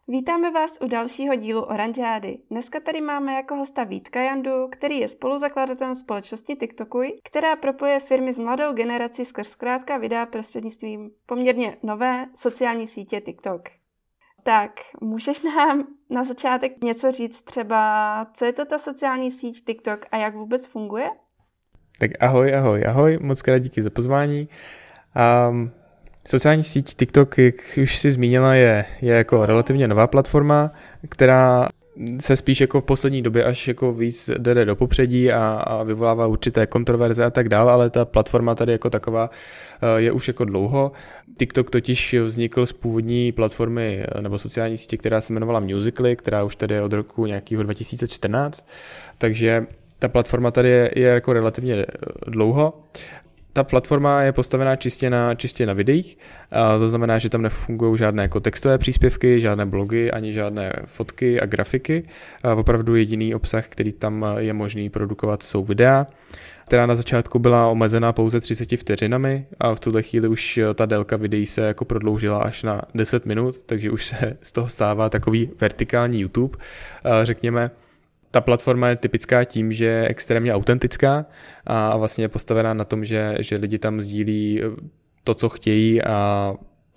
Vítáme vás u dalšího dílu Oranžády. Dneska tady máme jako hosta Vítka Jandu, který je spoluzakladatelem společnosti TikTokuj, která propoje firmy s mladou generací skrz zkrátka videa prostřednictvím poměrně nové sociální sítě TikTok. Tak, můžeš nám na začátek něco říct třeba, co je to ta sociální síť TikTok a jak vůbec funguje? Tak ahoj, moc krát díky za pozvání. Sociální síť TikTok, jak už si zmínila, je jako relativně nová platforma, která se spíš jako v poslední době až jako víc jde do popředí a vyvolává určité kontroverze a tak dále, ale ta platforma tady jako taková je už jako dlouho. TikTok totiž vznikl z původní platformy nebo sociální sítě, která se jmenovala Musical.ly, která už tady je od roku nějakého 2014, takže ta platforma tady je jako relativně dlouho. Ta platforma je postavená čistě na videích, to znamená, že tam nefungují žádné jako textové příspěvky, žádné blogy, ani žádné fotky a grafiky. Opravdu jediný obsah, který tam je možný produkovat, jsou videa, která na začátku byla omezená pouze 30 vteřinami a v tuhle chvíli už ta délka videí se jako prodloužila až na 10 minut, takže už se z toho stává takový vertikální YouTube, řekněme. Ta platforma je typická tím, že je extrémně autentická a vlastně je postavená na tom, že lidi tam sdílí to, co chtějí a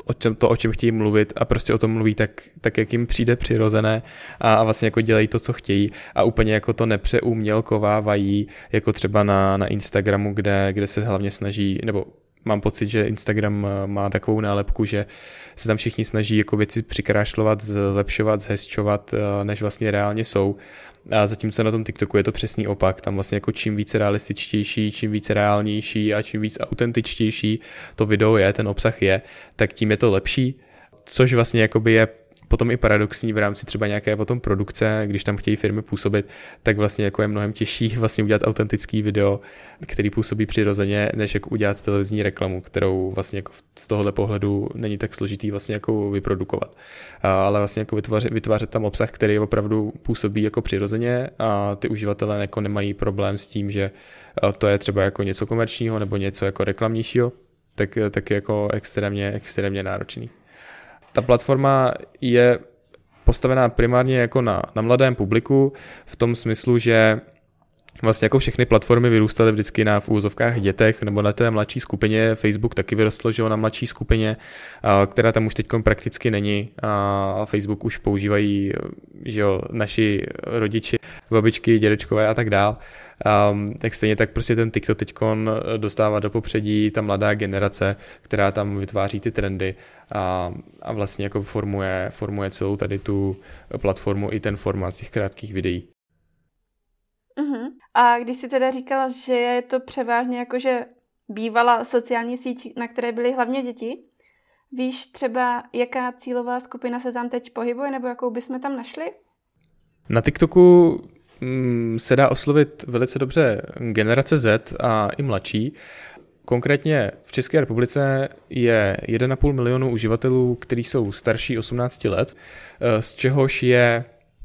o čem chtějí mluvit a prostě o tom mluví tak jak jim přijde přirozené a vlastně jako dělají to, co chtějí a úplně jako to nepřeumělkovávají, jako třeba na Instagramu, kde se hlavně snaží, nebo mám pocit, že Instagram má takovou nálepku, že se tam všichni snaží jako věci přikrášlovat, zlepšovat, zhezčovat, než vlastně reálně jsou. A zatímco na tom TikToku je to přesný opak. Tam vlastně jako čím více realističtější, čím více reálnější a čím víc autentičtější to video je, ten obsah je, tak tím je to lepší, což vlastně jakoby je potom i paradoxní v rámci třeba nějaké potom produkce, když tam chtějí firmy působit, tak vlastně jako je mnohem těžší vlastně udělat autentický video, který působí přirozeně, než jako udělat televizní reklamu, kterou vlastně jako z tohohle pohledu není tak složitý vlastně jako vyprodukovat. Ale vlastně jako vytvářet tam obsah, který opravdu působí jako přirozeně a ty uživatelé jako nemají problém s tím, že to je třeba jako něco komerčního nebo něco jako reklamnějšího, tak je jako extrémně náročný. Ta platforma je postavená primárně jako na mladém publiku v tom smyslu, že vlastně jako všechny platformy vyrůstaly vždycky v úvozovkách dětech nebo na té mladší skupině. Facebook taky vyrostl, že na mladší skupině, která tam už teď prakticky není a Facebook už používají, že jo, naši rodiči, babičky, dědečkové a tak dál. Tak stejně tak prostě ten TikTok teď dostává do popředí ta mladá generace, která tam vytváří ty trendy a vlastně jako formuje celou tady tu platformu i ten formát těch krátkých videí. Uh-huh. A když jsi teda říkala, že je to převážně jakože bývala sociální síť, na které byly hlavně děti, víš třeba, jaká cílová skupina se tam teď pohybuje, nebo jakou bychom tam našli? Na TikToku se dá oslovit velice dobře generace Z a i mladší. Konkrétně v České republice je 1,5 milionu uživatelů, kteří jsou starší 18 let, z čehož je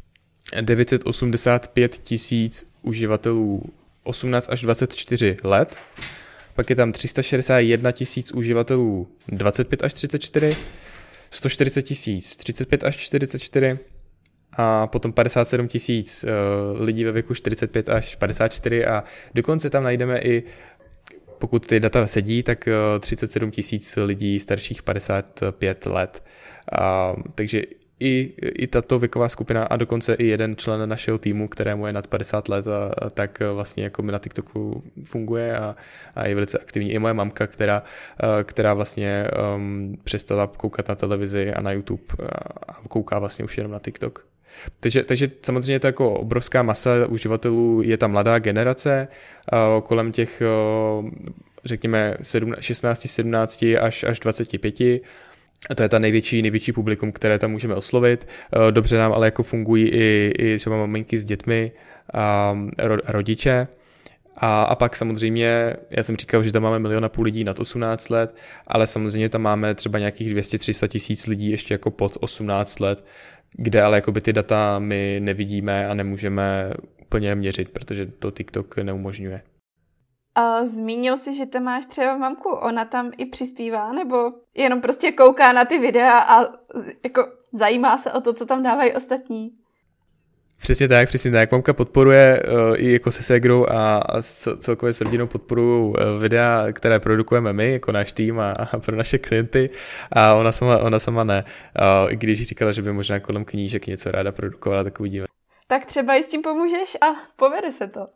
985 tisíc uživatelů 18 až 24 let. Pak je tam 361 tisíc uživatelů 25 až 34, 140 tisíc 35 až 44 a potom 57 tisíc lidí ve věku 45 až 54 a dokonce tam najdeme i, pokud ty data sedí, tak 37 tisíc lidí starších 55 let. Takže i tato věková skupina a dokonce i jeden člen našeho týmu, kterému je nad 50 let, tak vlastně jako na TikToku funguje a je velice aktivní. I moje mamka, která vlastně přestala koukat na televizi a na YouTube a kouká vlastně už jenom na TikTok. Takže samozřejmě je to jako obrovská masa uživatelů, je ta mladá generace, kolem těch, řekněme, 16, 17 až 25. A to je ta největší publikum, které tam můžeme oslovit. Dobře nám ale jako fungují i třeba maminky s dětmi a rodiče. A pak samozřejmě, já jsem říkal, že tam máme 1,5 milionu lidí nad 18 let, ale samozřejmě tam máme třeba nějakých 200-300 tisíc lidí ještě jako pod 18 let, kde ale jakoby ty data my nevidíme a nemůžeme úplně měřit, protože to TikTok neumožňuje. A zmínil jsi, že tam máš třeba mamku, ona tam i přispívá, nebo jenom prostě kouká na ty videa a jako zajímá se o to, co tam dávají ostatní? Přesně tak. Mamka podporuje i jako se ségrou a celkově s rodinou podporují videa, které produkujeme my, jako náš tým a pro naše klienty, a ona sama ne. I když říkala, že by možná kolem knížek něco ráda produkovala, tak uvidíme. Tak třeba i s tím pomůžeš a povede se to.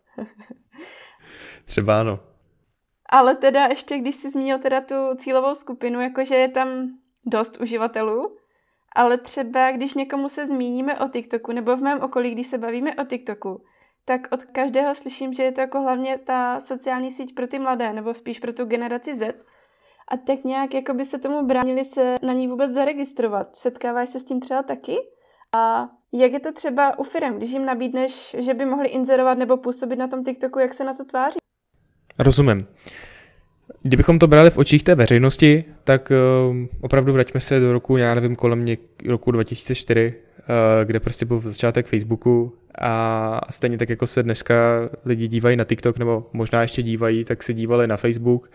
Třeba ano. Ale teda ještě, když jsi zmínil teda tu cílovou skupinu, jakože je tam dost uživatelů, ale třeba když někomu se zmíníme o TikToku, nebo v mém okolí, když se bavíme o TikToku, tak od každého slyším, že je to jako hlavně ta sociální síť pro ty mladé, nebo spíš pro tu generaci Z. A tak nějak jako by se tomu bránili se na ní vůbec zaregistrovat. Setkáváš se s tím třeba taky? A jak je to třeba u firem, když jim nabídneš, že by mohli inzerovat nebo působit na tom TikToku, jak se na to tváří? Rozumím. Kdybychom to brali v očích té veřejnosti, tak opravdu vraťme se do roku, já nevím, kolem roku 2004, kde prostě byl začátek Facebooku a stejně tak, jako se dneska lidi dívají na TikTok, nebo možná ještě dívají, tak se dívali na Facebook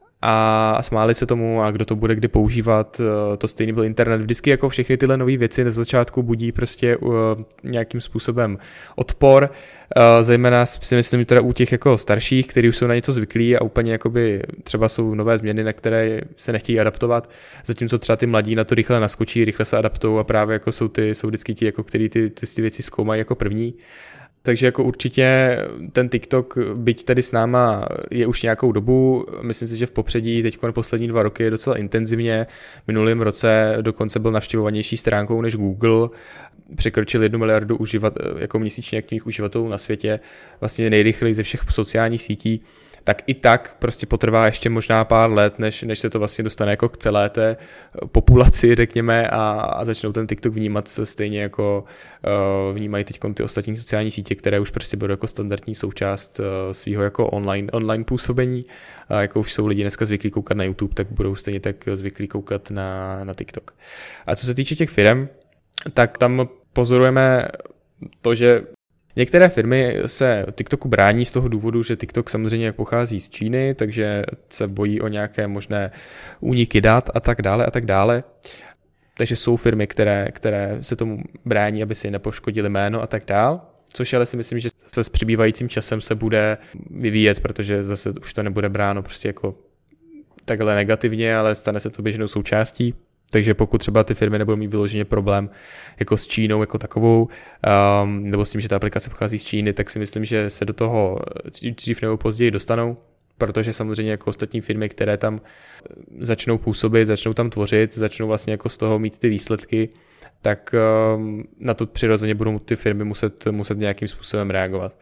a smáli se tomu, a kdo to bude kdy používat, to stejný byl internet. Vždycky jako všechny tyhle nové věci na začátku budí prostě nějakým způsobem odpor, zejména si myslím teda u těch jako starších, kteří už jsou na něco zvyklí a úplně jakoby třeba jsou nové změny, na které se nechtějí adaptovat, zatímco třeba ty mladí na to rychle naskočí, rychle se adaptují a právě jako jsou vždycky ti, jako který ty věci zkoumají jako první. Takže jako určitě ten TikTok, byť tady s náma je už nějakou dobu, myslím si, že v popředí teď poslední 2 roky je docela intenzivně. V minulém roce dokonce byl navštěvovanější stránkou než Google, překročil 1 miliardu jako měsíčně aktivních uživatelů na světě, vlastně nejrychleji ze všech sociálních sítí. Tak i tak prostě potrvá ještě možná pár let, než se to vlastně dostane jako k celé té populaci, řekněme, a začnou ten TikTok vnímat stejně jako vnímají teď ty ostatní sociální sítě, které už prostě budou jako standardní součást svého jako online působení. A jako už jsou lidi dneska zvyklí koukat na YouTube, tak budou stejně tak zvyklí koukat na TikTok. A co se týče těch firem, tak tam pozorujeme to, že některé firmy se TikToku brání z toho důvodu, že TikTok samozřejmě pochází z Číny, takže se bojí o nějaké možné úniky dat a tak dále a tak dále. Takže jsou firmy, které se tomu brání, aby si nepoškodili jméno a tak dále. Což ale si myslím, že se s přibývajícím časem se bude vyvíjet, protože zase už to nebude bráno prostě jako takhle negativně, ale stane se to běžnou součástí. Takže pokud třeba ty firmy nebudou mít vyloženě problém jako s Čínou jako takovou, nebo s tím, že ta aplikace pochází z Číny, tak si myslím, že se do toho dřív nebo později dostanou, protože samozřejmě jako ostatní firmy, které tam začnou působit, začnou tam tvořit, začnou vlastně jako z toho mít ty výsledky, tak na to přirozeně budou ty firmy muset nějakým způsobem reagovat.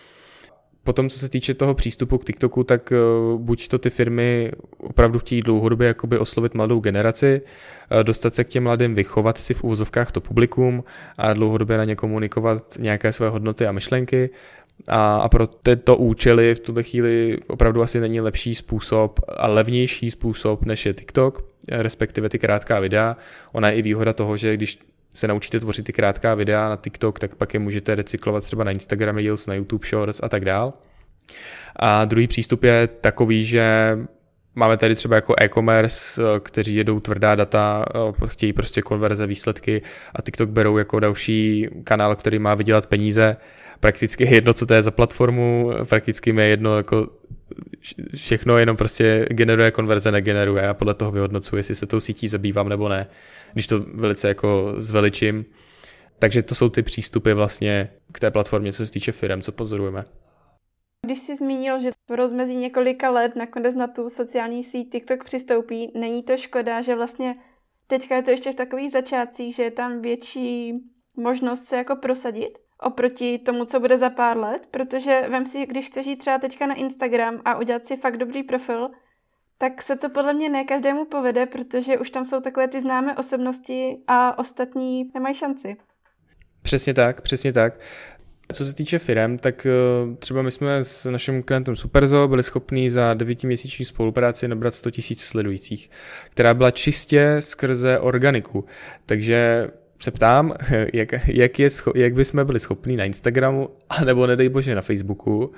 Potom, co se týče toho přístupu k TikToku, tak buď to ty firmy opravdu chtějí dlouhodobě jakoby oslovit mladou generaci, dostat se k těm mladým, vychovat si v uvozovkách to publikum a dlouhodobě na ně komunikovat nějaké své hodnoty a myšlenky. A pro tyto účely v tuto chvíli opravdu asi není lepší způsob a levnější způsob, než je TikTok, respektive ty krátká videa. Ona je i výhoda toho, že když se naučíte tvořit ty krátká videa na TikTok, tak pak je můžete recyklovat třeba na Instagram Reels, na YouTube Shorts a tak dál. A druhý přístup je takový, že máme tady třeba jako e-commerce, kteří jedou tvrdá data, chtějí prostě konverze, výsledky a TikTok berou jako další kanál, který má vydělat peníze. Prakticky je jedno, co to je za platformu, prakticky mi je jedno jako všechno, jenom prostě generuje konverze, negeneruje a podle toho vyhodnocuji, jestli se tou sítí zabývám nebo ne, když to velice jako zveličím. Takže to jsou ty přístupy vlastně k té platformě, co se týče firem, co pozorujeme. Když jsi zmínil, že v rozmezí několika let nakonec na tu sociální síť TikTok přistoupí, není to škoda, že vlastně teďka je to ještě v takových začátcích, že je tam větší možnost se jako prosadit oproti tomu, co bude za pár let, protože vem si, když chceš jít třeba teďka na Instagram a udělat si fakt dobrý profil, tak se to podle mě ne každému povede, protože už tam jsou takové ty známé osobnosti a ostatní nemají šanci. Přesně tak. Co se týče firem, tak třeba my jsme s naším klientem Superzo byli schopni za 9měsíční spolupráci nabrat 100 000 sledujících, která byla čistě skrze organiku. Takže se ptám, jak bychom byli schopni na Instagramu, anebo nedej bože na Facebooku,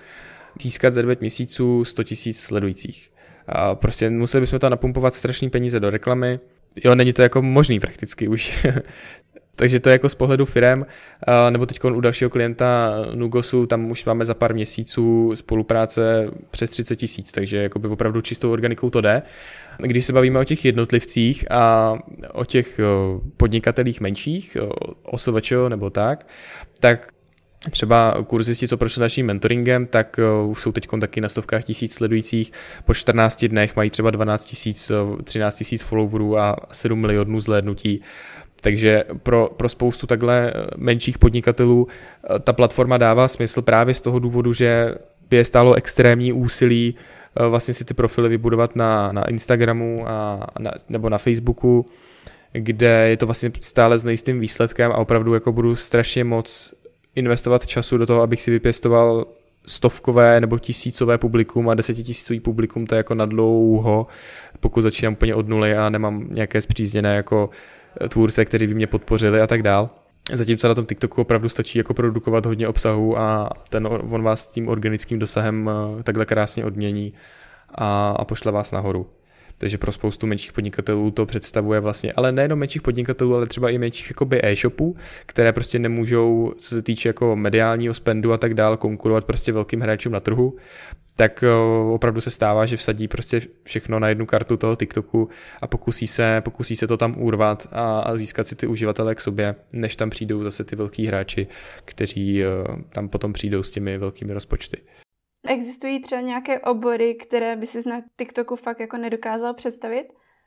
získat za 9 měsíců 100 000 sledujících. A prostě museli bychom tam napumpovat strašný peníze do reklamy. Jo, není to jako možný prakticky už. Takže to je jako z pohledu firem, nebo teď u dalšího klienta Nugosu, tam už máme za pár měsíců spolupráce přes 30 000, takže jakoby opravdu čistou organikou to jde. Když se bavíme o těch jednotlivcích a o těch podnikatelích menších, OSVČ nebo tak třeba kurzisti, co prošli naším mentoringem, tak už jsou teď taky na stovkách tisíc sledujících, po 14 dnech mají třeba 12 000, 13 000 followerů a 7 milionů zhlédnutí. Takže pro spoustu takhle menších podnikatelů ta platforma dává smysl právě z toho důvodu, že by je stálo extrémní úsilí vlastně si ty profily vybudovat na Instagramu nebo na Facebooku, kde je to vlastně stále s nejistým výsledkem a opravdu jako budu strašně moc investovat času do toho, abych si vypěstoval stovkové nebo tisícové publikum a 10 000 publikum, to je jako nadlouho, pokud začínám úplně od nuly a nemám nějaké spřízněné jako tvůrce, kteří by mě podpořili a tak dál. Zatímco na tom TikToku opravdu stačí jako produkovat hodně obsahu a on vás tím organickým dosahem takhle krásně odmění a pošle vás nahoru. Takže pro spoustu menších podnikatelů to představuje vlastně, ale nejenom menších podnikatelů, ale třeba i menších jakoby e-shopů, které prostě nemůžou, co se týče jako mediálního spendu a tak dál, konkurovat prostě velkým hráčům na trhu, tak opravdu se stává, že vsadí prostě všechno na jednu kartu toho TikToku a pokusí se to tam urvat a získat si ty uživatele k sobě, než tam přijdou zase ty velký hráči, kteří tam potom přijdou s těmi velkými rozpočty. Existují třeba nějaké obory, které by si na TikToku fakt jako nedokázal představit?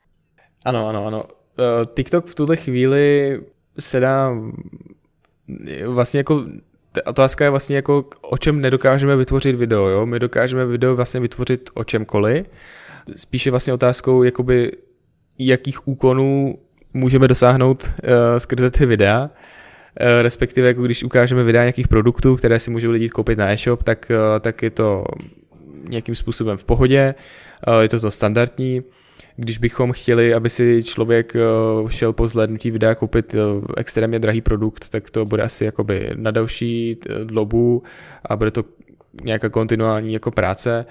Ano. TikTok v tuhle chvíli se dá vlastně jako, ta otázka je vlastně jako, o čem nedokážeme vytvořit video, jo? My dokážeme video vlastně vytvořit o čemkoliv. Spíše vlastně otázkou, jakoby, jakých úkonů můžeme dosáhnout skrze ty videa. Respektive jako když ukážeme videa nějakých produktů, které si můžou lidi koupit na e-shop, tak je to nějakým způsobem v pohodě, je to standardní. Když bychom chtěli, aby si člověk šel po zhlédnutí videa koupit extrémně drahý produkt, tak to bude asi jakoby na další dobu a bude to nějaká kontinuální jako práce.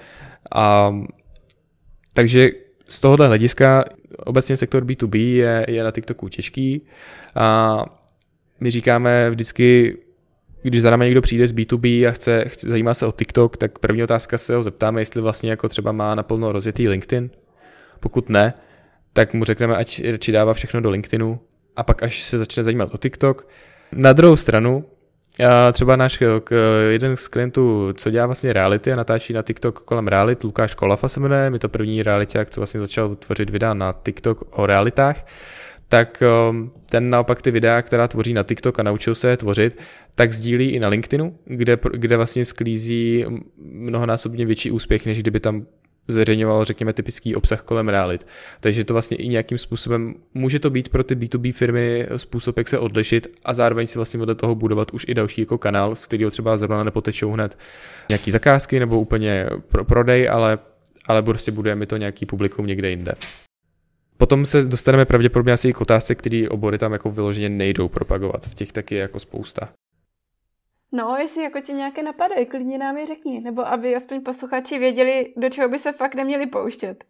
Takže z tohohle hlediska obecně sektor B2B je na TikToku těžký a my říkáme vždycky, když za námi někdo přijde z B2B a zajímá se o TikTok, tak první otázka se ho zeptáme, jestli vlastně jako třeba má naplno rozjetý LinkedIn. Pokud ne, tak mu řekneme, ať radši dává všechno do LinkedInu a pak až se začne zajímat o TikTok. Na druhou stranu, třeba náš jeden z klientů, co dělá vlastně reality a natáčí na TikTok kolem realit, Lukáš Kolafa se jmenuje, je to první realiták, co vlastně začal tvořit videa na TikTok o realitách, tak ten naopak ty videa, která tvoří na TikTok a naučil se je tvořit, tak sdílí i na LinkedInu, kde vlastně sklízí mnohonásobně větší úspěch, než kdyby tam zveřejňoval, řekněme, typický obsah kolem realit. Takže to vlastně i nějakým způsobem může to být pro ty B2B firmy způsob, jak se odlišit a zároveň si vlastně od toho budovat už i další jako kanál, z kterého třeba zrovna nepotečou hned nějaký zakázky nebo úplně prodej, ale prostě budujeme to nějaký publikum někde jinde. Potom se dostaneme pravděpodobně asi k otázce, které obory tam jako vyloženě nejdou propagovat. Těch taky je jako spousta. No, jestli jako tě nějaké napadají, klidně nám je řekni, nebo aby aspoň posluchači věděli, do čeho by se fakt neměli pouštět.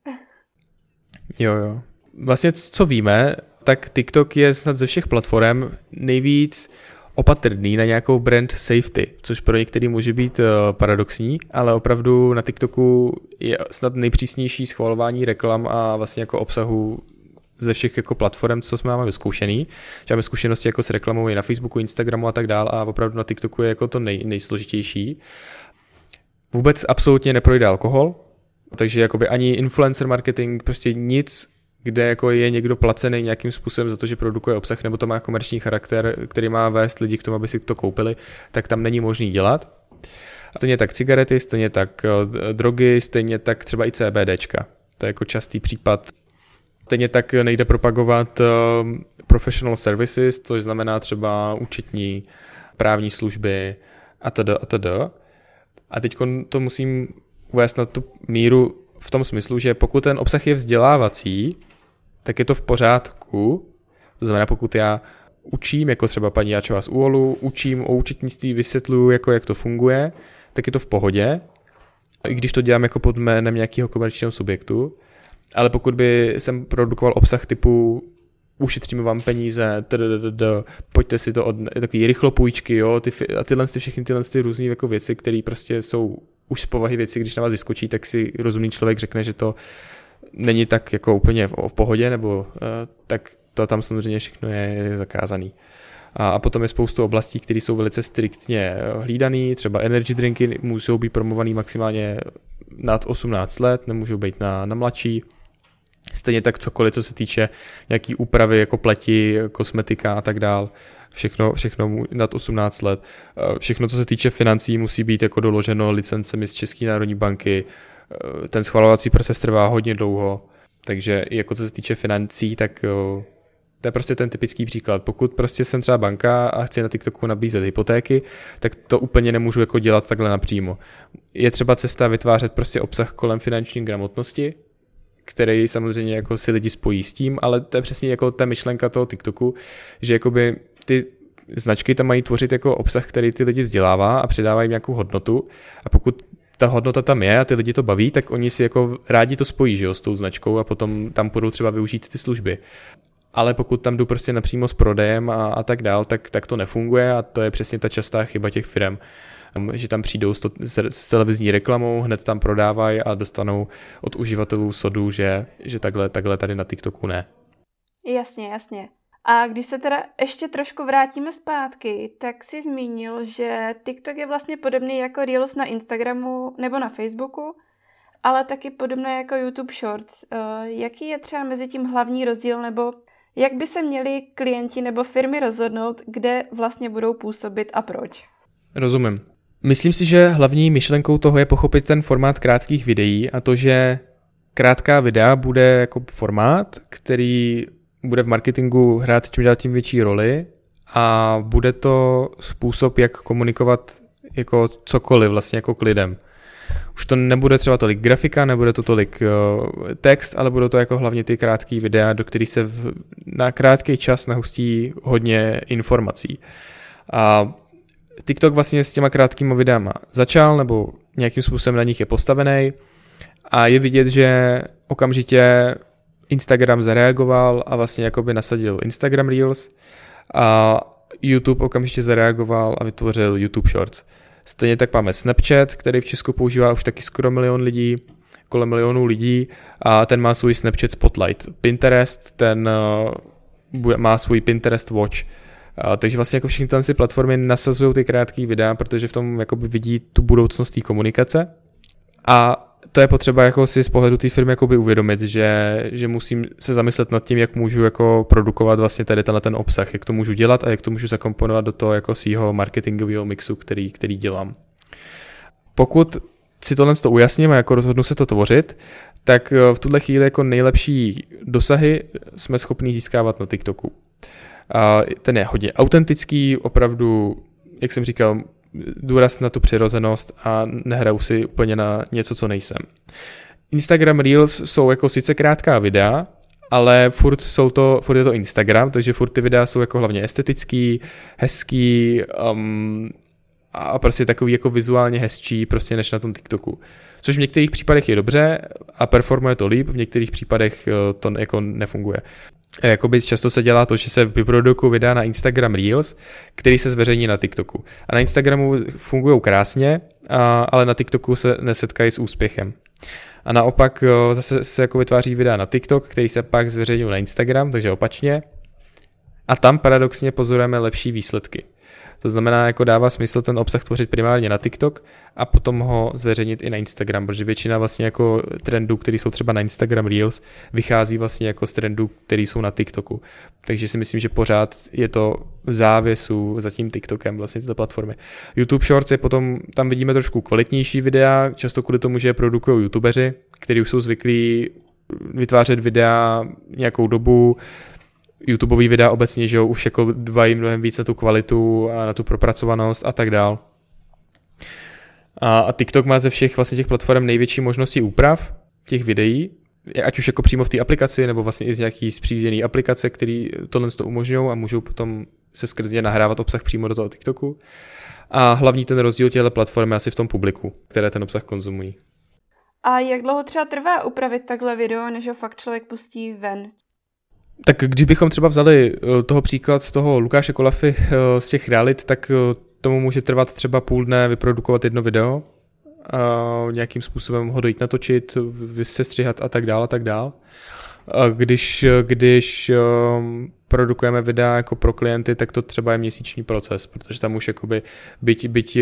Jo. Vlastně co víme, tak TikTok je snad ze všech platform nejvíc opatrný na nějakou brand safety, což pro některý může být paradoxní, ale opravdu na TikToku je snad nejpřísnější schvalování reklam a vlastně jako obsahu ze všech jako platform, co jsme máme vyzkoušený. Máme zkušenosti jako s reklamou i na Facebooku, Instagramu a tak dál a opravdu na TikToku je jako to nejsložitější. Vůbec absolutně neprojde alkohol, takže jakoby ani influencer marketing, prostě nic, kde jako je někdo placený nějakým způsobem za to, že produkuje obsah, nebo to má komerční charakter, který má vést lidi k tomu, aby si to koupili, tak tam není možný dělat. A stejně tak cigarety, stejně tak drogy, stejně tak třeba i CBDčka. To je jako častý případ. Stejně tak nejde propagovat professional services, což znamená třeba účetní, právní služby atd. A teď to musím uvést na tu míru v tom smyslu, že pokud ten obsah je vzdělávací, tak je to v pořádku. To znamená, pokud já učím, jako třeba paní Jáčová z UOLu, učím o účetnictví, vysvětluju, jako jak to funguje, tak je to v pohodě. i když to dělám jako pod jménem nějakého komerčního subjektu, ale pokud by jsem produkoval obsah typu ušetříme vám peníze, pojďte si to od takový rychlopůjčky, jo, všechny tyhle různý jako věci, které prostě jsou už z povahy věci, když na vás vyskočí, tak si rozumný člověk řekne, že to není tak jako úplně v pohodě, nebo tak to tam samozřejmě všechno je zakázaný. A potom je spoustu oblastí, které jsou velice striktně hlídané, třeba energy drinky můžou být promovaný maximálně nad 18 let, nemůžou být na mladší. Stejně tak cokoliv, co se týče nějaký úpravy jako pleti, kosmetika a tak dál, všechno nad 18 let. Všechno, co se týče financí, musí být jako doloženo licencemi z České národní banky. Ten schvalovací proces trvá hodně dlouho, takže jako co se týče financí, tak to je prostě ten typický příklad. Pokud prostě jsem třeba banka a chci na TikToku nabízet hypotéky, tak to úplně nemůžu jako dělat takhle napřímo. Je třeba cesta vytvářet prostě obsah kolem finanční gramotnosti, který samozřejmě jako si lidi spojí s tím, ale to je přesně jako ta myšlenka toho TikToku, že jakoby ty značky tam mají tvořit jako obsah, který ty lidi vzdělává a přidávají nějakou hodnotu, a pokud ta hodnota tam je a ty lidi to baví, tak oni si jako rádi to spojí, že jo, s tou značkou a potom tam budou třeba využít ty služby. Ale pokud tam jdu prostě napřímo s prodejem a tak dál, tak to nefunguje, a to je přesně ta častá chyba těch firem, že tam přijdou s televizní reklamou, hned tam prodávají a dostanou od uživatelů sodu, že takhle tady na TikToku ne. Jasně. A když se teda ještě trošku vrátíme zpátky, tak si zmínil, že TikTok je vlastně podobný jako Reels na Instagramu nebo na Facebooku, ale taky podobné jako YouTube Shorts. Jaký je třeba mezi tím hlavní rozdíl, nebo jak by se měli klienti nebo firmy rozhodnout, kde vlastně budou působit a proč? Rozumím. Myslím si, že hlavní myšlenkou toho je pochopit ten formát krátkých videí a to, že krátká videa bude jako formát, který bude v marketingu hrát čím dál tím větší roli, a bude to způsob, jak komunikovat jako cokoliv vlastně jako k lidem. Už to nebude třeba tolik grafika, nebude to tolik text, ale budou to jako hlavně ty krátké videa, do kterých se na krátký čas nahustí hodně informací. A TikTok vlastně s těma krátkýma videama začal, nebo nějakým způsobem na nich je postavený, a je vidět, že okamžitě Instagram zareagoval a vlastně jakoby nasadil Instagram Reels, a YouTube okamžitě zareagoval a vytvořil YouTube Shorts. Stejně tak máme Snapchat, který v Česku používá už taky skoro kolem milionu lidí, a ten má svůj Snapchat Spotlight. Pinterest, ten má svůj Pinterest Watch. Takže vlastně jako všechny ty platformy nasazují ty krátké videa, protože v tom jakoby vidí tu budoucnost té komunikace. A to je potřeba jako si z pohledu té firmy jakoby uvědomit, že musím se zamyslet nad tím, jak můžu jako produkovat vlastně tady ten obsah, jak to můžu dělat a jak to můžu zakomponovat do toho jako svého marketingového mixu, který dělám. Pokud si tohle ujasním a jako rozhodnu se to tvořit, tak v tuhle chvíli jako nejlepší dosahy jsme schopni získávat na TikToku. Ten je hodně autentický, opravdu, jak jsem říkal, důraz na tu přirozenost a nehraju si úplně na něco, co nejsem. Instagram Reels jsou jako sice krátká videa, ale furt je to Instagram, takže furt ty videa jsou jako hlavně estetický, hezký a prostě takový jako vizuálně hezčí prostě než na tom TikToku. Což v některých případech je dobře a performuje to líp, v některých případech to jako nefunguje. Jakoby často se dělá to, že se vyprodukují videa na Instagram Reels, který se zveřejní na TikToku. A na Instagramu fungují krásně, ale na TikToku se nesetkají s úspěchem. A naopak zase se jako vytváří videa na TikTok, který se pak zveřejňují na Instagram, takže opačně. A tam paradoxně pozorujeme lepší výsledky. To znamená, jako dává smysl ten obsah tvořit primárně na TikTok a potom ho zveřejnit i na Instagram, protože většina vlastně jako trendů, které jsou třeba na Instagram Reels, vychází vlastně jako z trendů, které jsou na TikToku. Takže si myslím, že pořád je to v závěsu za tím TikTokem vlastně tyto platformy. YouTube Shorts je potom, tam vidíme trošku kvalitnější videa, často kvůli tomu, že je produkují youtubeři, kteří už jsou zvyklí vytvářet videa nějakou dobu. YouTubeový videa obecně, že jo, už jako dbají mnohem víc na tu kvalitu a na tu propracovanost a tak dál. A TikTok má ze všech vlastně těch platform největší možnosti úprav těch videí, ať už jako přímo v té aplikaci, nebo vlastně i z nějaký spřízněný aplikace, který tohle to umožňují a můžou potom se skrz ně nahrávat obsah přímo do toho TikToku. A hlavní ten rozdíl těchto platform je asi v tom publiku, které ten obsah konzumují. A jak dlouho třeba trvá upravit takhle video, než ho fakt člověk pustí ven? Tak když bychom třeba vzali toho příklad toho Lukáše Kolafy z těch realit, tak tomu může trvat třeba půl dne vyprodukovat jedno video, nějakým způsobem ho dojít natočit, vysestřihat a tak dál. Když produkujeme videa jako pro klienty, tak to třeba je měsíční proces, protože tam už jakoby, byť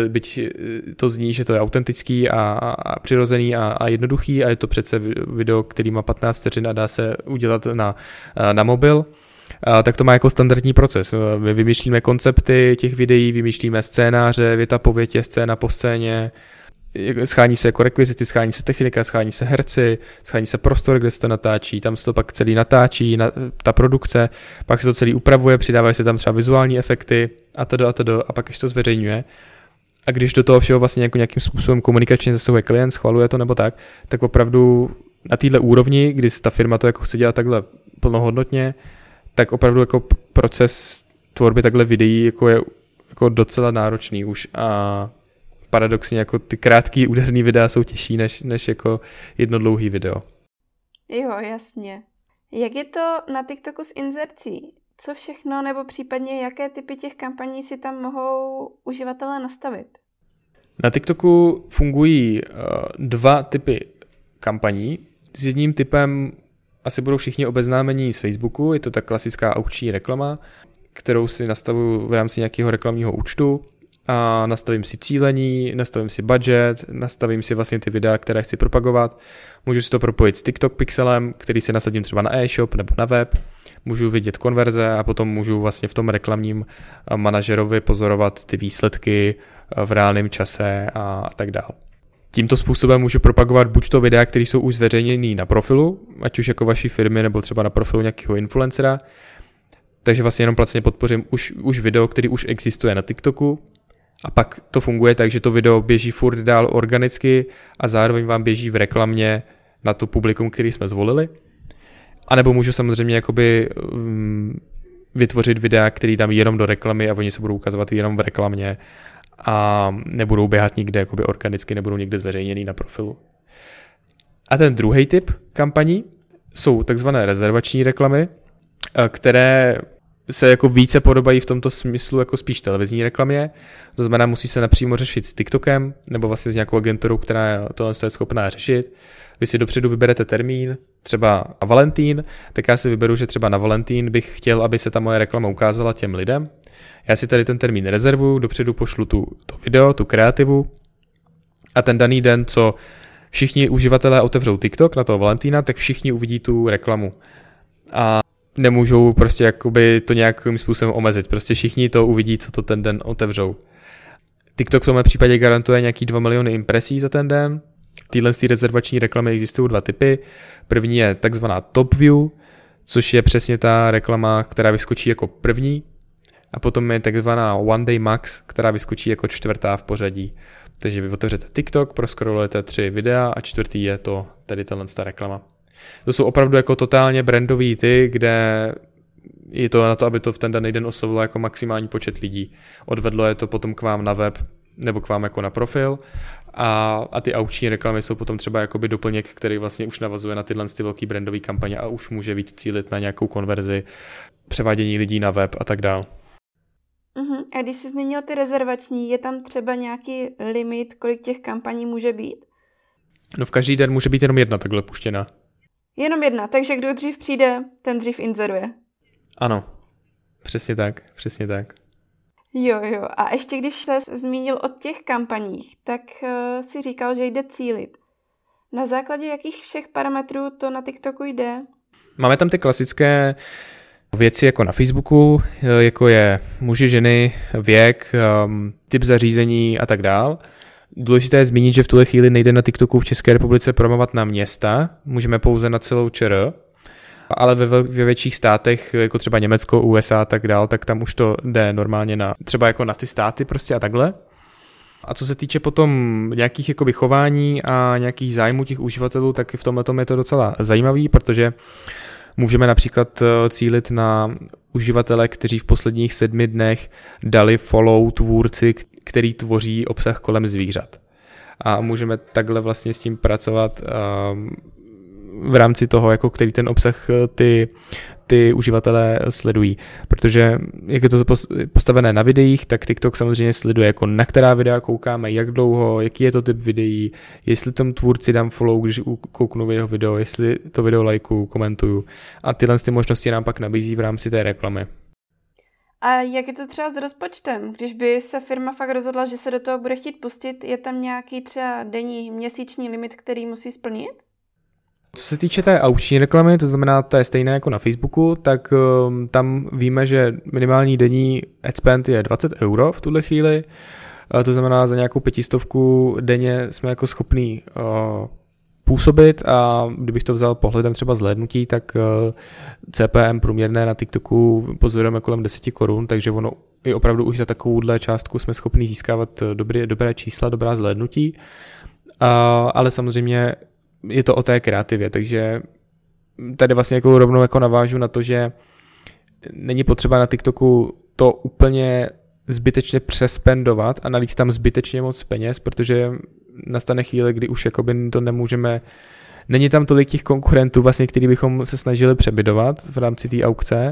to zní, že to je autentický a přirozený a jednoduchý a je to přece video, který má 15 vteřin a dá se udělat na mobil, tak to má jako standardní proces. My vymýšlíme koncepty těch videí, vymýšlíme scénáře, věta po větě, scéna po scéně, schání se jako rekvizity, schání se technika, schání se herci, schání se prostor, kde se to natáčí, tam se to pak celý natáčí, ta produkce, pak se to celý upravuje, přidávají se tam třeba vizuální efekty a pak ještě to zveřejňuje. A když do toho všeho vlastně jako nějakým způsobem komunikačně zasahuje klient, schvaluje to nebo tak opravdu na téhle úrovni, kdy ta firma to jako chce dělat takhle plnohodnotně, tak opravdu jako proces tvorby takhle videí jako je jako docela náročný už a paradoxně jako ty krátký úderný videa jsou těžší než jako jedno dlouhý video. Jo, jasně. Jak je to na TikToku s inzercí? Co všechno nebo případně jaké typy těch kampaní si tam mohou uživatelé nastavit? Na TikToku fungují dva typy kampaní. S jedním typem asi budou všichni obeznámení z Facebooku, je to ta klasická aukční reklama, kterou si nastavuju v rámci nějakého reklamního účtu. A nastavím si cílení, nastavím si budget, nastavím si vlastně ty videa, které chci propagovat. Můžu si to propojit s TikTok pixelem, který si nasadím třeba na e-shop nebo na web. Můžu vidět konverze a potom můžu vlastně v tom reklamním manažerovi pozorovat ty výsledky v reálném čase a tak dále. Tímto způsobem můžu propagovat buď to videa, které jsou už zveřejněné na profilu, ať už jako vaší firmy nebo třeba na profilu nějakého influencera. Takže vlastně jenom placně podpořím už video, který už existuje na TikToku. A pak to funguje tak, že to video běží furt dál organicky a zároveň vám běží v reklamě na to publikum, který jsme zvolili. A nebo můžu samozřejmě jakoby vytvořit videa, který dám jenom do reklamy a oni se budou ukazovat jenom v reklamě a nebudou běhat nikde jakoby organicky, nebudou někde zveřejněný na profilu. A ten druhý typ kampaní jsou takzvané rezervační reklamy, které se jako více podobají v tomto smyslu jako spíš televizní reklamě. To znamená, musí se napřímo řešit s TikTokem nebo vlastně s nějakou agenturou, která tohle je schopná řešit. Vy si dopředu vyberete termín, třeba na Valentín, tak já si vyberu, že třeba na Valentín bych chtěl, aby se ta moje reklama ukázala těm lidem. Já si tady ten termín rezervuju, dopředu pošlu to video, tu kreativu a ten daný den, co všichni uživatelé otevřou TikTok na toho Valentína, tak všichni uvidí tu reklamu. A nemůžou prostě jakoby to nějakým způsobem omezit. Prostě všichni to uvidí, co to ten den otevřou. TikTok v tomhle případě garantuje nějaký 2 miliony impresí za ten den. Týhle rezervační reklamy existují dva typy. První je takzvaná top view, což je přesně ta reklama, která vyskočí jako první. A potom je takzvaná one day max, která vyskočí jako čtvrtá v pořadí. Takže vy otevřete TikTok, proskrolujete 3 videa a čtvrtý je to tady ta reklama. To jsou opravdu jako totálně brandový kde je to na to, aby to v ten daný den oslovilo jako maximální počet lidí. Odvedlo je to potom k vám na web nebo k vám jako na profil a ty aukční reklamy jsou potom třeba jakoby doplněk, který vlastně už navazuje na tyhle velký brandový kampaně a už může víc cílit na nějakou konverzi, převádění lidí na web a tak dál. A když jsi zmínil ty rezervační, je tam třeba nějaký limit, kolik těch kampaní může být? No v každý den může být jenom jedna takhle puštěna. Jenom jedna, takže kdo dřív přijde, ten dřív inzeruje. Ano, přesně tak. Jo. A ještě když se zmínil o těch kampaních, tak si říkal, že jde cílit. Na základě jakých všech parametrů to na TikToku jde? Máme tam ty klasické věci jako na Facebooku, jako je muži, ženy, věk, typ zařízení a tak dál. Důležité je zmínit, že v tuhle chvíli nejde na TikToku v České republice promovat na města, můžeme pouze na celou ČR, ale ve větších státech, jako třeba Německo, USA a tak dál, tak tam už to jde normálně třeba jako na ty státy prostě a takhle. A co se týče potom nějakých jakoby chování a nějakých zájmů těch uživatelů, tak v tomhle je to docela zajímavý, protože můžeme například cílit na uživatele, kteří v posledních 7 dnech dali follow tvůrci, který tvoří obsah kolem zvířat. a můžeme takhle vlastně s tím pracovat v rámci toho, jako který ten obsah ty uživatelé sledují. Protože jak je to postavené na videích, tak TikTok samozřejmě sleduje, jako na která videa koukáme, jak dlouho, jaký je to typ videí, jestli tomu tvůrci dám follow, když kouknu video, jestli to video lajkuju, komentuju. A tyhle ty možnosti nám pak nabízí v rámci té reklamy. A jak je to třeba s rozpočtem? Když by se firma fakt rozhodla, že se do toho bude chtít pustit, je tam nějaký třeba denní, měsíční limit, který musí splnit? Co se týče té aukční reklamy, to znamená, to je stejné jako na Facebooku, tak tam víme, že minimální denní ad spend je 20 € v tuhle chvíli. To znamená, za nějakou 500 denně jsme jako schopní působit a kdybych to vzal pohledem třeba zhlédnutí, tak CPM průměrné na TikToku pozorujeme kolem 10 korun, takže ono i opravdu už za takovouhle částku jsme schopni získávat dobré čísla, dobrá zhlédnutí, ale samozřejmě je to o té kreativě, takže tady vlastně jako rovnou jako navážu na to, že není potřeba na TikToku to úplně zbytečně přespendovat a nalít tam zbytečně moc peněz, protože nastane chvíle, kdy už jakoby to nemůžeme, není tam tolik těch konkurentů, vlastně, který bychom se snažili přebydovat v rámci té aukce,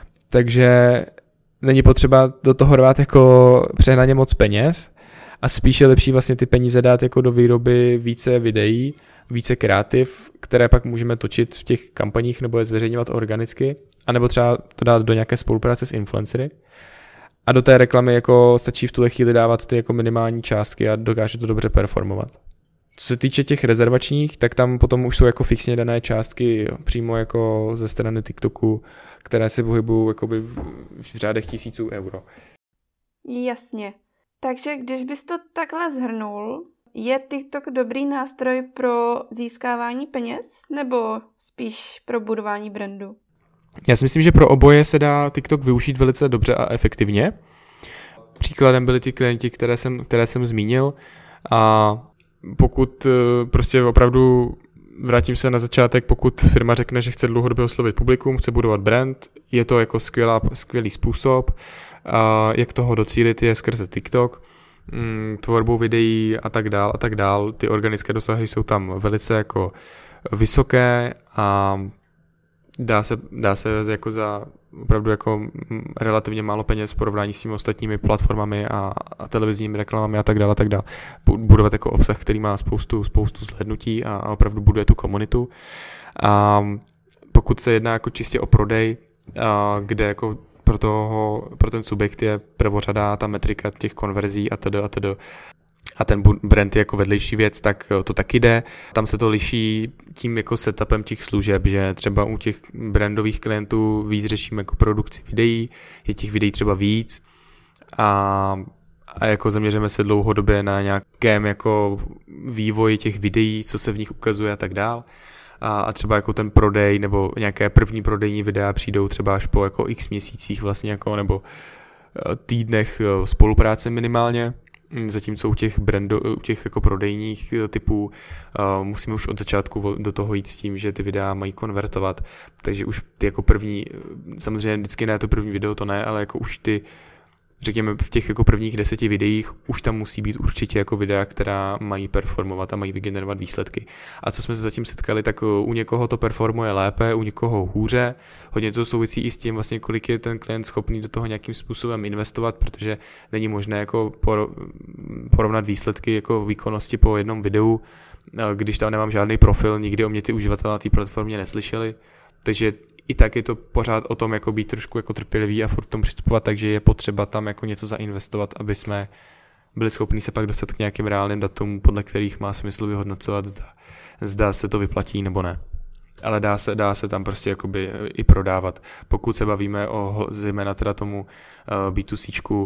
takže není potřeba do toho dát jako přehnaně moc peněz a spíše lepší vlastně ty peníze dát jako do výroby více videí, více kreativ, které pak můžeme točit v těch kampaních nebo je zveřejňovat organicky, anebo třeba to dát do nějaké spolupráce s influencery. A do té reklamy jako stačí v tuhle chvíli dávat ty jako minimální částky a dokáže to dobře performovat. Co se týče těch rezervačních, tak tam potom už jsou jako fixně dané částky přímo jako ze strany TikToku, které se pohybují jakoby v řádech tisíců euro. Jasně. Takže když bys to takhle shrnul, je TikTok dobrý nástroj pro získávání peněz nebo spíš pro budování brandu? Já si myslím, že pro oboje se dá TikTok využít velice dobře a efektivně. Příkladem byli ti klienti, které jsem zmínil a pokud prostě opravdu vrátím se na začátek, pokud firma řekne, že chce dlouhodobě oslovit publikum, chce budovat brand, je to jako skvělý způsob, jak toho docílit je skrze TikTok, tvorbou videí a tak dál. Ty organické dosahy jsou tam velice jako vysoké a dá se jako za opravdu jako relativně málo peněz v porovnání s těmi ostatními platformami a televizními reklamami a tak dále, budovat jako obsah, který má spoustu zhlédnutí a opravdu buduje tu komunitu. A pokud se jedná jako čistě o prodej, kde jako pro ten subjekt je prvořadá ta metrika těch konverzí atd. A ten brand je jako vedlejší věc, tak to taky jde. Tam se to liší tím jako setupem těch služeb, že třeba u těch brandových klientů víc řešíme jako produkci videí, je těch videí třeba víc a jako zaměříme se dlouhodobě na nějakém jako vývoji těch videí, co se v nich ukazuje a tak dál. A třeba jako ten prodej nebo nějaké první prodejní videa přijdou třeba až po jako x měsících vlastně jako nebo týdnech spolupráce minimálně. Zatímco u těch jako prodejních typů musíme už od začátku do toho jít s tím, že ty videa mají konvertovat, takže už ty jako první, samozřejmě vždycky ne to první video, to ne, ale jako už ty, řekněme v těch jako prvních 10 videích už tam musí být určitě jako videa, která mají performovat a mají vygenerovat výsledky. A co jsme se zatím setkali, tak u někoho to performuje lépe, u někoho hůře. Hodně to souvisí i s tím, vlastně, kolik je ten klient schopný do toho nějakým způsobem investovat, protože není možné jako porovnat výsledky jako výkonnosti po jednom videu, když tam nemám žádný profil, nikdy o mě ty uživatelé na té platformě neslyšeli. Takže i tak je to pořád o tom jako být trošku jako trpělivý a furt tomu přistupovat, takže je potřeba tam jako něco zainvestovat, aby jsme byli schopni se pak dostat k nějakým reálným datům, podle kterých má smysl vyhodnocovat, zda se to vyplatí nebo ne. Ale dá se tam prostě jakoby i prodávat. Pokud se bavíme o zejména teda tomu B2Cčku,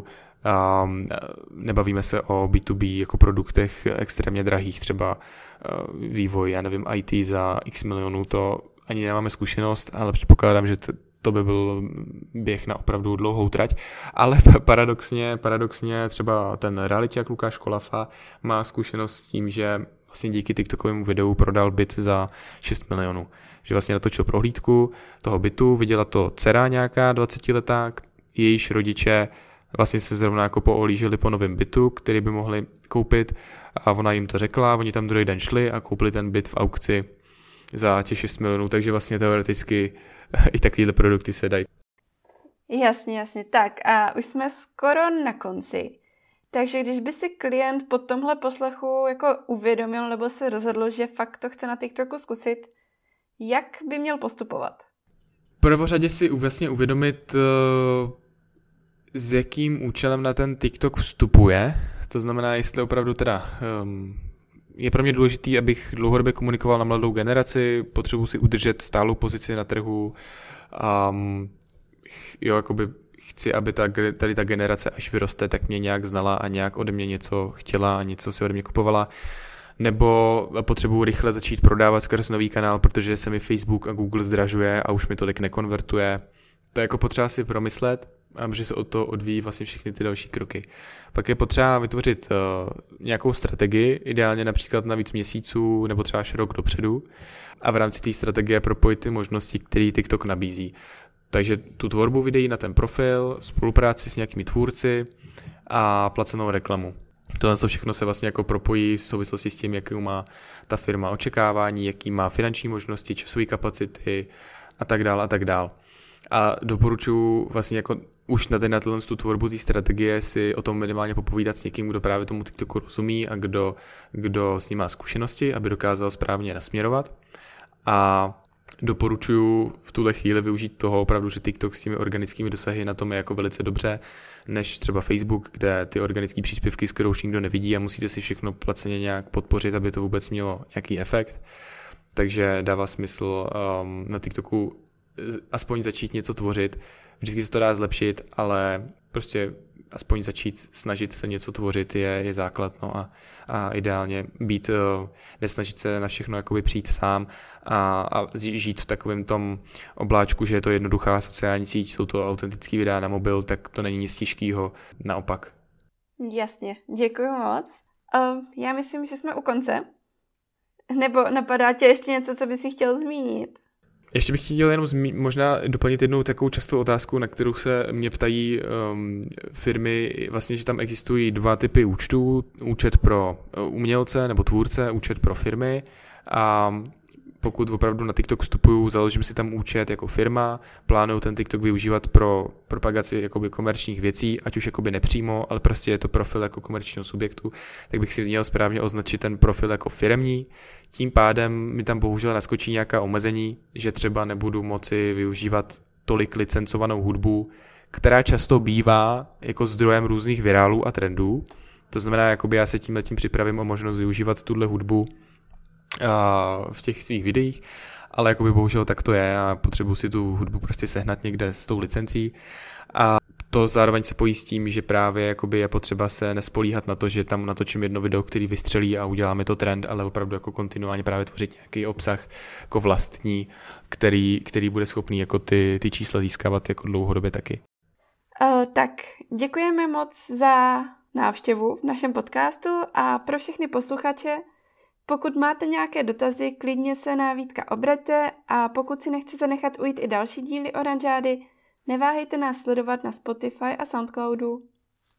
nebavíme se o B2B jako produktech extrémně drahých, třeba vývoj, já nevím, IT za x milionů, to ani nemáme zkušenost, ale předpokládám, že to by byl běh na opravdu dlouhou trať, ale paradoxně třeba ten realiťák Lukáš Kolafa má zkušenost s tím, že vlastně díky TikTokovému videu prodal byt za 6 milionů. Že vlastně natočil prohlídku toho bytu, viděla to dcera nějaká 20letá, jejíž rodiče vlastně se zrovna jako poohlíželi po novém bytu, který by mohli koupit a ona jim to řekla, oni tam druhý den šli a koupili ten byt v aukci za těch 6 milionů, takže vlastně teoreticky i takovýhle produkty se dají. Jasně. Tak a už jsme skoro na konci. Takže když by si klient po tomhle poslechu jako uvědomil nebo se rozhodl, že fakt to chce na TikToku zkusit, jak by měl postupovat? V prvořadě si vlastně uvědomit, s jakým účelem na ten TikTok vstupuje. To znamená, jestli opravdu teda je pro mě důležitý, abych dlouhodobě komunikoval na mladou generaci, potřebuji si udržet stálou pozici na trhu. Jakoby chci, aby tady ta generace, až vyroste, tak mě nějak znala a nějak ode mě něco chtěla a něco si ode mě kupovala. Nebo potřebuji rychle začít prodávat skrz nový kanál, protože se mi Facebook a Google zdražuje a už mi tolik nekonvertuje. To je jako potřeba si promyslet, protože se od toho odvíjí vlastně všechny ty další kroky. Pak je potřeba vytvořit nějakou strategii, ideálně například na víc měsíců nebo třeba až rok dopředu a v rámci té strategie propojit ty možnosti, které TikTok nabízí. Takže tu tvorbu videí na ten profil, spolupráci s nějakými tvůrci a placenou reklamu. Tohle všechno se vlastně jako propojí v souvislosti s tím, jakou má ta firma očekávání, jaký má finanční možnosti, časové kapacity a tak dál a tak dál. A doporučuji vlastně jako už na tu tvorbu té strategie si o tom minimálně popovídat s někým, kdo právě tomu TikToku rozumí a kdo s ním má zkušenosti, aby dokázal správně nasměrovat. A doporučuji v tuhle chvíli využít toho opravdu, že TikTok s těmi organickými dosahy na tom je jako velice dobře, než třeba Facebook, kde ty organické příspěvky skoro už nikdo nevidí a musíte si všechno placeně nějak podpořit, aby to vůbec mělo nějaký efekt. Takže dává smysl na TikToku aspoň začít něco tvořit. Vždycky se to dá zlepšit, ale prostě aspoň začít snažit se něco tvořit je základ. No a ideálně nesnažit se na všechno jakoby přijít sám a žít v takovém tom obláčku, že je to jednoduchá sociální síť, jsou to autentický videa na mobil, tak to není nic těžkého, naopak. Jasně, děkuji moc. Já myslím, že jsme u konce. Nebo napadá tě ještě něco, co bys si chtěl zmínit? Ještě bych chtěl jenom možná doplnit jednou takovou častou otázku, na kterou se mě ptají firmy, vlastně, že tam existují 2 typy účtů, účet pro umělce nebo tvůrce, účet pro firmy a pokud opravdu na TikTok vstupuju, založím si tam účet jako firma, plánuju ten TikTok využívat pro propagaci jakoby komerčních věcí, ať už jakoby nepřímo, ale prostě je to profil jako komerčního subjektu, tak bych si měl správně označit ten profil jako firemní. Tím pádem mi tam bohužel naskočí nějaká omezení, že třeba nebudu moci využívat tolik licencovanou hudbu, která často bývá jako zdrojem různých virálů a trendů. To znamená, jakoby já se tímhletím připravím o možnost využívat tuhle hudbu v těch svých videích, ale jakoby bohužel tak to je a potřebuji si tu hudbu prostě sehnat někde s tou licencí a to zároveň se pojí s tím, že právě jakoby je potřeba se nespolíhat na to, že tam natočím jedno video, který vystřelí a udělá mi to trend, ale opravdu jako kontinuálně právě tvořit nějaký obsah jako vlastní, který bude schopný jako ty čísla získávat jako dlouhodobě taky. Tak děkujeme moc za návštěvu v našem podcastu a pro všechny posluchače, pokud máte nějaké dotazy, klidně se na Vítka obraťte a pokud si nechcete nechat ujít i další díly Oranžády, neváhejte nás sledovat na Spotify a Soundcloudu.